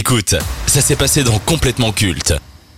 Écoute, ça s'est passé dans Complètement Culte.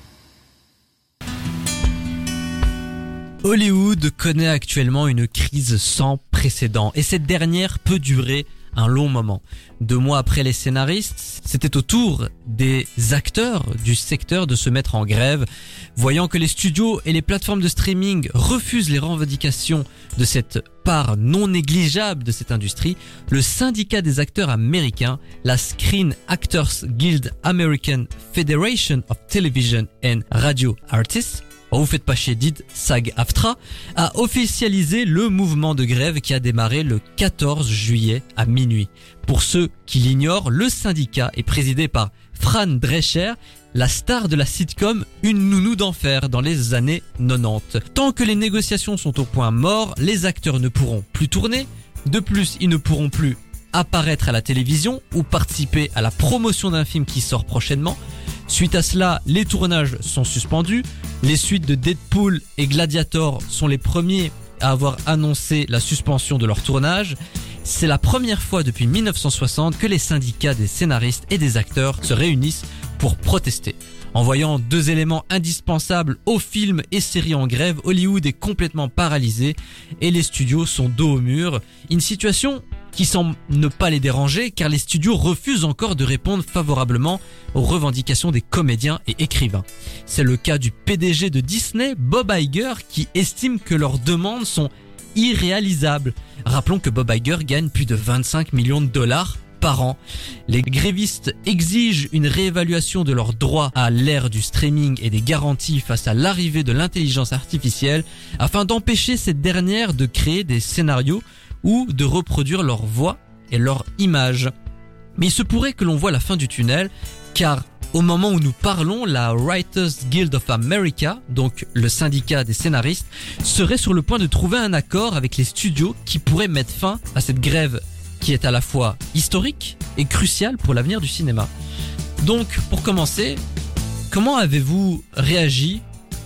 Hollywood connaît actuellement une crise sans précédent et cette dernière peut durer un long moment. 2 mois après les scénaristes, c'était au tour des acteurs du secteur de se mettre en grève. Voyant que les studios et les plateformes de streaming refusent les revendications de cette part non négligeable de cette industrie, le syndicat des acteurs américains, la Screen Actors Guild American Federation of Television and Radio Artists, vous faites pas chier, dites SAG-AFTRA, a officialisé le mouvement de grève qui a démarré le 14 juillet à minuit. Pour ceux qui l'ignorent, le syndicat est présidé par Fran Drescher, la star de la sitcom Une nounou d'enfer dans les années 90. Tant que les négociations sont au point mort, les acteurs ne pourront plus tourner. De plus, ils ne pourront plus apparaître à la télévision ou participer à la promotion d'un film qui sort prochainement. Suite à cela, les tournages sont suspendus. Les suites de Deadpool et Gladiator sont les premiers à avoir annoncé la suspension de leur tournage. C'est la première fois depuis 1960 que les syndicats des scénaristes et des acteurs se réunissent pour protester. En voyant 2 éléments indispensables aux films et séries en grève, Hollywood est complètement paralysé et les studios sont dos au mur. Une situation qui semble ne pas les déranger car les studios refusent encore de répondre favorablement aux revendications des comédiens et écrivains. C'est le cas du PDG de Disney, Bob Iger, qui estime que leurs demandes sont irréalisables. Rappelons que Bob Iger gagne plus de 25 millions de dollars par an. Les grévistes exigent une réévaluation de leurs droits à l'ère du streaming et des garanties face à l'arrivée de l'intelligence artificielle afin d'empêcher cette dernière de créer des scénarios ou de reproduire leur voix et leur image. Mais il se pourrait que l'on voit la fin du tunnel, car au moment où nous parlons, la Writers Guild of America, donc le syndicat des scénaristes, serait sur le point de trouver un accord avec les studios qui pourrait mettre fin à cette grève qui est à la fois historique et cruciale pour l'avenir du cinéma. Donc, pour commencer, comment avez-vous réagi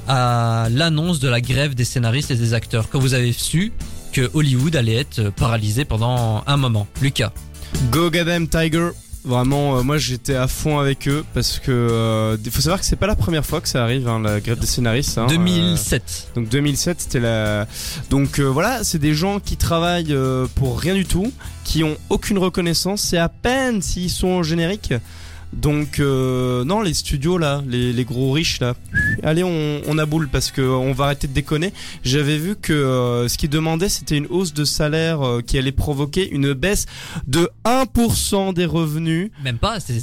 à l'annonce de la grève des scénaristes et des acteurs quand vous avez su que Hollywood allait être paralysé pendant un moment? Lucas. Go Goddamn Tiger. Vraiment, moi j'étais à fond avec eux parce que faut savoir que c'est pas la première fois que ça arrive, hein, la grève des scénaristes. 2007. Donc 2007, c'était la. Donc voilà, c'est des gens qui travaillent pour rien du tout, qui ont aucune reconnaissance. C'est à peine s'ils sont en générique. Donc non, les studios là, les gros riches là, allez on aboule parce que on va arrêter de déconner. J'avais vu que ce qu'ils demandaient c'était une hausse de salaire qui allait provoquer une baisse de 1% des revenus. Même pas, c'est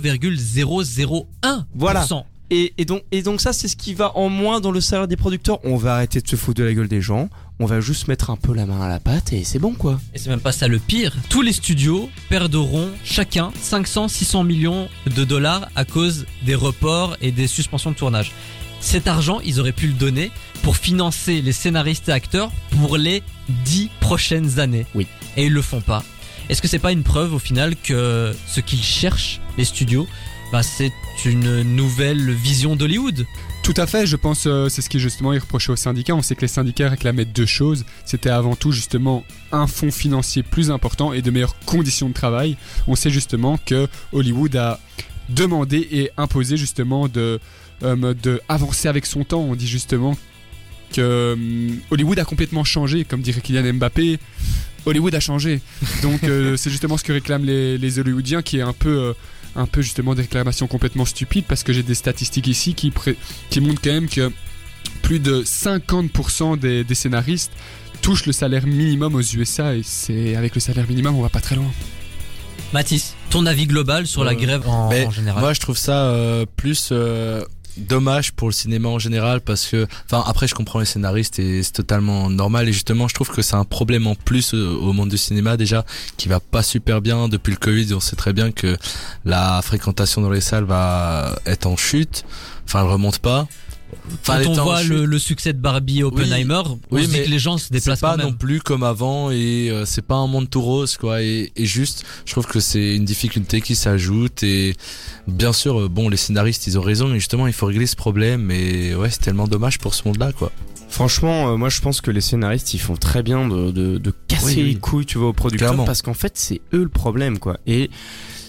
0,001%. Voilà. Et donc ça c'est ce qui va en moins dans le salaire des producteurs. On va arrêter de se foutre de la gueule des gens. On va juste mettre un peu la main à la pâte et c'est bon quoi. Et c'est même pas ça le pire. Tous les studios perdront chacun 500-600 millions de dollars à cause des reports et des suspensions de tournage. Cet argent, ils auraient pu le donner pour financer les scénaristes et acteurs pour les 10 prochaines années. Oui. Et ils le font pas. Est-ce que c'est pas une preuve au final que ce qu'ils cherchent, les studios, c'est une nouvelle vision d'Hollywood? Tout à fait, je pense c'est ce qui justement est reproché aux syndicats. On sait que les syndicats réclamaient 2 choses. C'était avant tout justement un fonds financier plus important et de meilleures conditions de travail. On sait justement que Hollywood a demandé et imposé justement de avancer avec son temps. On dit justement que Hollywood a complètement changé, comme dirait Kylian Mbappé. Hollywood a changé. Donc c'est justement ce que réclament les Hollywoodiens, qui est un peu justement des réclamations complètement stupides, parce que j'ai des statistiques ici qui montrent quand même que plus de 50% des scénaristes touchent le salaire minimum aux USA, et c'est avec le salaire minimum on va pas très loin. Mathis, ton avis global sur la grève en général? Moi je trouve ça plus dommage pour le cinéma en général, parce que après je comprends les scénaristes et c'est totalement normal, et justement je trouve que c'est un problème en plus au monde du cinéma déjà qui va pas super bien depuis le Covid. On sait très bien que la fréquentation dans les salles va être en chute, elle remonte pas. Quand on voit le succès de Barbie et Oppenheimer, on se dit que les gens se déplacent pas quand même. non plus comme avant, et c'est pas un monde tout rose quoi, et juste je trouve que c'est une difficulté qui s'ajoute. Et bien sûr les scénaristes ils ont raison, mais justement il faut régler ce problème, et ouais, c'est tellement dommage pour ce monde là quoi. Franchement, moi je pense que les scénaristes ils font très bien de casser les couilles, tu vois, aux producteurs. Clairement. Parce qu'en fait c'est eux le problème quoi. Et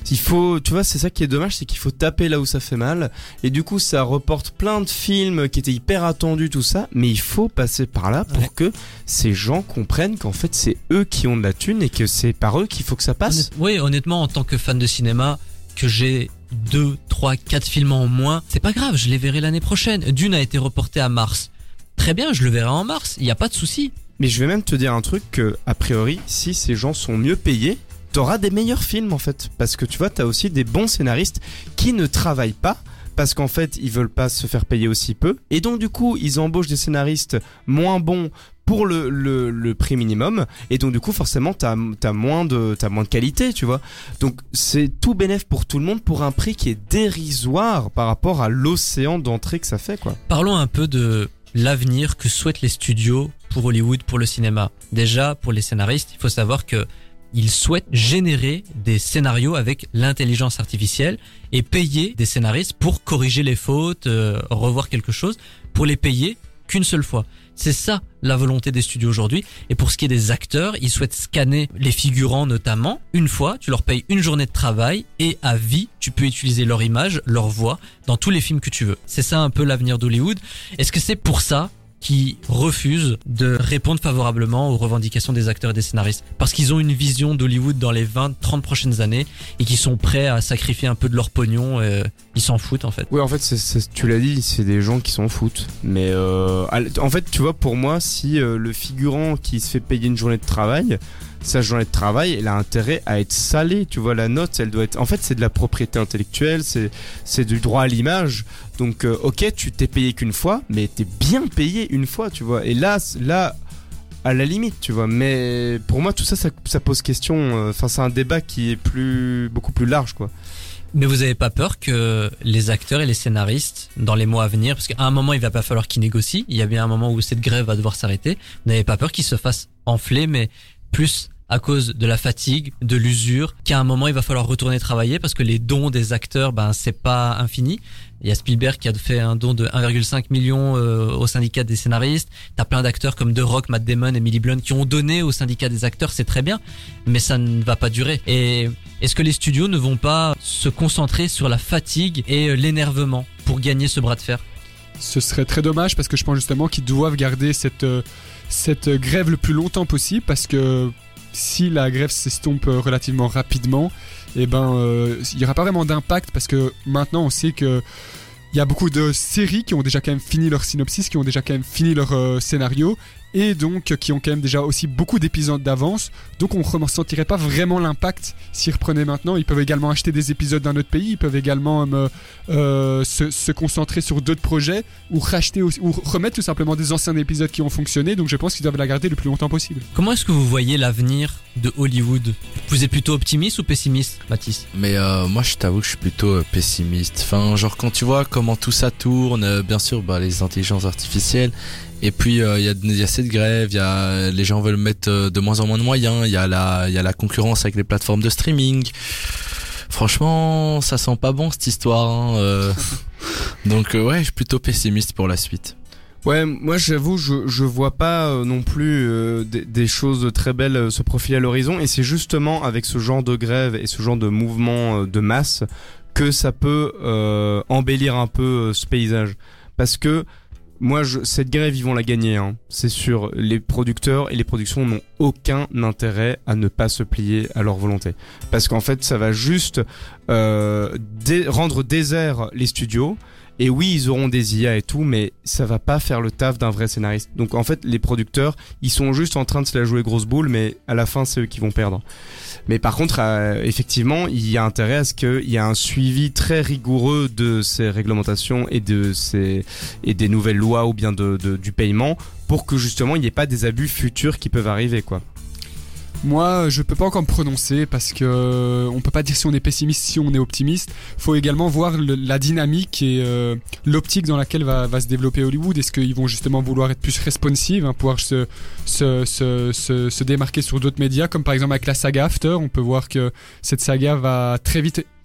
il faut, tu vois, c'est ça qui est dommage, c'est qu'il faut taper là où ça fait mal. Et du coup, ça reporte plein de films qui étaient hyper attendus, tout ça. Mais il faut passer par là pour que ces gens comprennent qu'en fait, c'est eux qui ont de la thune et que c'est par eux qu'il faut que ça passe. Oui, honnêtement, en tant que fan de cinéma, que j'ai 2, 3, 4 films en moins, c'est pas grave, je les verrai l'année prochaine. Dune a été reporté à mars. Très bien, je le verrai en mars, il n'y a pas de souci. Mais je vais même te dire un truc que, a priori, si ces gens sont mieux payés, t'auras des meilleurs films en fait. Parce que tu vois, t'as aussi des bons scénaristes qui ne travaillent pas. Parce qu'en fait, ils veulent pas se faire payer aussi peu. Et donc du coup, ils embauchent des scénaristes moins bons pour le prix minimum. Et donc du coup, forcément, t'as moins de qualité, tu vois. Donc c'est tout bénef pour tout le monde pour un prix qui est dérisoire par rapport à l'océan d'entrée que ça fait, quoi. Parlons un peu de l'avenir que souhaitent les studios pour Hollywood, pour le cinéma. Déjà, pour les scénaristes, il faut savoir que ils souhaitent générer des scénarios avec l'intelligence artificielle et payer des scénaristes pour corriger les fautes, revoir quelque chose, pour les payer qu'une seule fois. C'est ça la volonté des studios aujourd'hui. Et pour ce qui est des acteurs, ils souhaitent scanner les figurants notamment une fois, tu leur payes une journée de travail et à vie, tu peux utiliser leur image, leur voix dans tous les films que tu veux. C'est ça un peu l'avenir d'Hollywood. Est-ce que c'est pour ça qui refusent de répondre favorablement aux revendications des acteurs et des scénaristes parce qu'ils ont une vision d'Hollywood dans les 20-30 prochaines années et qui sont prêts à sacrifier un peu de leur pognon, ils s'en foutent en fait. Oui, en fait, tu l'as dit, c'est des gens qui s'en foutent. Mais en fait, tu vois, pour moi, si le figurant qui se fait payer une journée de travail, sa journée de travail, elle a intérêt à être salée, tu vois, la note, elle doit être... En fait, c'est de la propriété intellectuelle, c'est du droit à l'image. Donc, ok, tu t'es payé qu'une fois, mais t'es bien payé une fois, tu vois. Et là, à la limite, tu vois. Mais pour moi, tout ça pose question. Enfin, c'est un débat qui est beaucoup plus large, quoi. Mais vous avez pas peur que les acteurs et les scénaristes, dans les mois à venir, parce qu'à un moment, il va pas falloir qu'ils négocient, il y a bien un moment où cette grève va devoir s'arrêter, vous n'avez pas peur qu'ils se fassent enfler, mais plus à cause de la fatigue, de l'usure, qu'à un moment il va falloir retourner travailler parce que les dons des acteurs, c'est pas infini. Il y a Spielberg qui a fait un don de 1,5 million au syndicat des scénaristes. T'as plein d'acteurs comme The Rock, Matt Damon, Emily Blunt qui ont donné au syndicat des acteurs, c'est très bien, mais ça ne va pas durer. Et est-ce que les studios ne vont pas se concentrer sur la fatigue et l'énervement pour gagner ce bras de fer ? Ce serait très dommage parce que je pense justement qu'ils doivent garder cette grève le plus longtemps possible parce que si la grève s'estompe relativement rapidement, il n'y aura pas vraiment d'impact parce que maintenant on sait que il y a beaucoup de séries qui ont déjà quand même fini leur synopsis, qui ont déjà quand même fini leur scénario et donc qui ont quand même déjà aussi beaucoup d'épisodes d'avance. Donc on ne ressentirait pas vraiment l'impact s'ils reprenaient maintenant. Ils peuvent également acheter des épisodes d'un autre pays, ils peuvent également se concentrer sur d'autres projets ou racheter ou remettre tout simplement des anciens épisodes qui ont fonctionné. Donc je pense qu'ils doivent la garder le plus longtemps possible. Comment est-ce que vous voyez l'avenir de Hollywood ? Vous êtes plutôt optimiste ou pessimiste, Mathis ? Mais moi je t'avoue que je suis plutôt pessimiste. Enfin, genre quand tu vois comment tout ça tourne, bien sûr les intelligences artificielles. Et puis il y a cette grève, les gens veulent mettre de moins en moins de moyens, il y a la concurrence avec les plateformes de streaming. Franchement, ça sent pas bon cette histoire. Hein, Donc ouais, je suis plutôt pessimiste pour la suite. Ouais, moi j'avoue, je vois pas non plus des choses très belles se profiler à l'horizon. Et c'est justement avec ce genre de grève et ce genre de mouvement de masse que ça peut embellir un peu ce paysage. Parce que moi, cette grève, ils vont la gagner, hein. C'est sûr. Les producteurs et les productions n'ont aucun intérêt à ne pas se plier à leur volonté. Parce qu'en fait, ça va juste rendre désert les studios. Et oui, ils auront des IA et tout, mais ça va pas faire le taf d'un vrai scénariste. Donc en fait, les producteurs, ils sont juste en train de se la jouer grosse boule, mais à la fin, c'est eux qui vont perdre. Mais par contre, effectivement, il y a intérêt à ce qu'il y ait un suivi très rigoureux de ces réglementations et des nouvelles lois ou bien du paiement pour que justement il n'y ait pas des abus futurs qui peuvent arriver, quoi. Moi, je peux pas encore me prononcer parce que on peut pas dire si on est pessimiste, si on est optimiste. Faut également voir la dynamique et l'optique dans laquelle va se développer Hollywood. Est-ce qu'ils vont justement vouloir être plus responsive, pouvoir se démarquer sur d'autres médias, comme par exemple avec la saga After. On peut voir que cette saga va très vite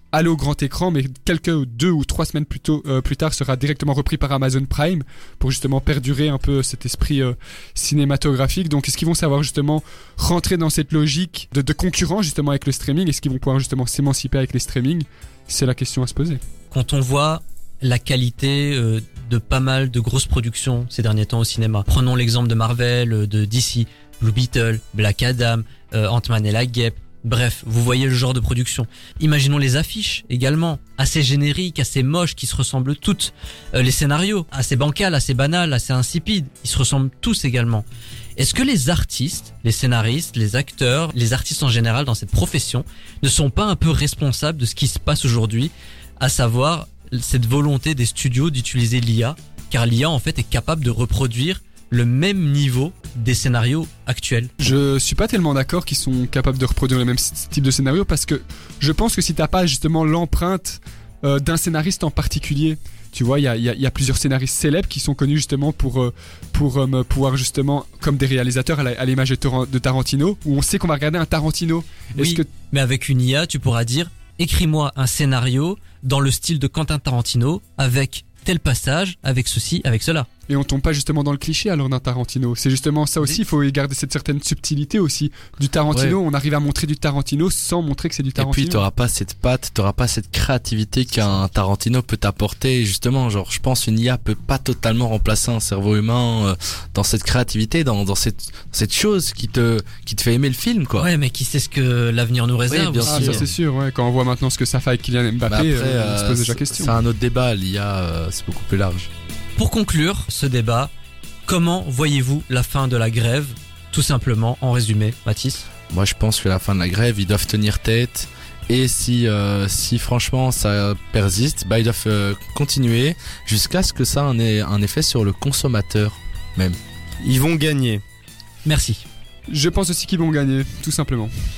aller au grand écran, mais quelques 2 ou 3 semaines plus tard sera directement repris par Amazon Prime pour justement perdurer un peu cet esprit cinématographique. Donc est-ce qu'ils vont savoir justement rentrer dans cette logique de concurrence justement avec le streaming? Est-ce qu'ils vont pouvoir justement s'émanciper avec les streamings? C'est la question à se poser. Quand on voit la qualité de pas mal de grosses productions ces derniers temps au cinéma, prenons l'exemple de Marvel, de DC, Blue Beetle, Black Adam, Ant-Man et la Guêpe. Bref, vous voyez le genre de production. Imaginons les affiches également, assez génériques, assez moches, qui se ressemblent toutes. Les scénarios, assez bancals, assez banals, assez insipides, ils se ressemblent tous également. Est-ce que les artistes, les scénaristes, les acteurs, les artistes en général dans cette profession ne sont pas un peu responsables de ce qui se passe aujourd'hui, à savoir cette volonté des studios d'utiliser l'IA, car l'IA en fait est capable de reproduire le même niveau des scénarios actuels? Je suis pas tellement d'accord qu'ils sont capables de reproduire le même type de scénario, parce que je pense que si t'as pas justement l'empreinte d'un scénariste en particulier, tu vois, il y a plusieurs scénaristes célèbres qui sont connus justement pour pouvoir justement, comme des réalisateurs à l'image de Tarantino, où on sait qu'on va regarder un Tarantino. Oui, mais avec une IA, tu pourras dire, écris-moi un scénario dans le style de Quentin Tarantino, avec tel passage, avec ceci, avec cela. Et on tombe pas justement dans le cliché alors d'un Tarantino. C'est justement ça aussi, il faut garder cette certaine subtilité aussi. Du Tarantino, on arrive à montrer du Tarantino sans montrer que c'est du Tarantino. Et puis t'auras pas cette patte, t'auras pas cette créativité qu'un Tarantino peut t'apporter. Justement, genre, je pense une IA peut pas totalement remplacer un cerveau humain dans cette créativité, dans cette chose qui te fait aimer le film, quoi. Ouais, mais qui sait ce que l'avenir nous réserve? Oui, bien sûr. Ça c'est sûr, ouais. Quand on voit maintenant ce que ça fait avec Kylian Mbappé, on se pose déjà question. C'est un autre débat, l'IA, c'est beaucoup plus large. Pour conclure ce débat, comment voyez-vous la fin de la grève? Tout simplement, en résumé, Mathis. Moi, je pense que la fin de la grève, ils doivent tenir tête. Et si franchement ça persiste, ils doivent continuer jusqu'à ce que ça ait un effet sur le consommateur même. Ils vont gagner. Merci. Je pense aussi qu'ils vont gagner, tout simplement.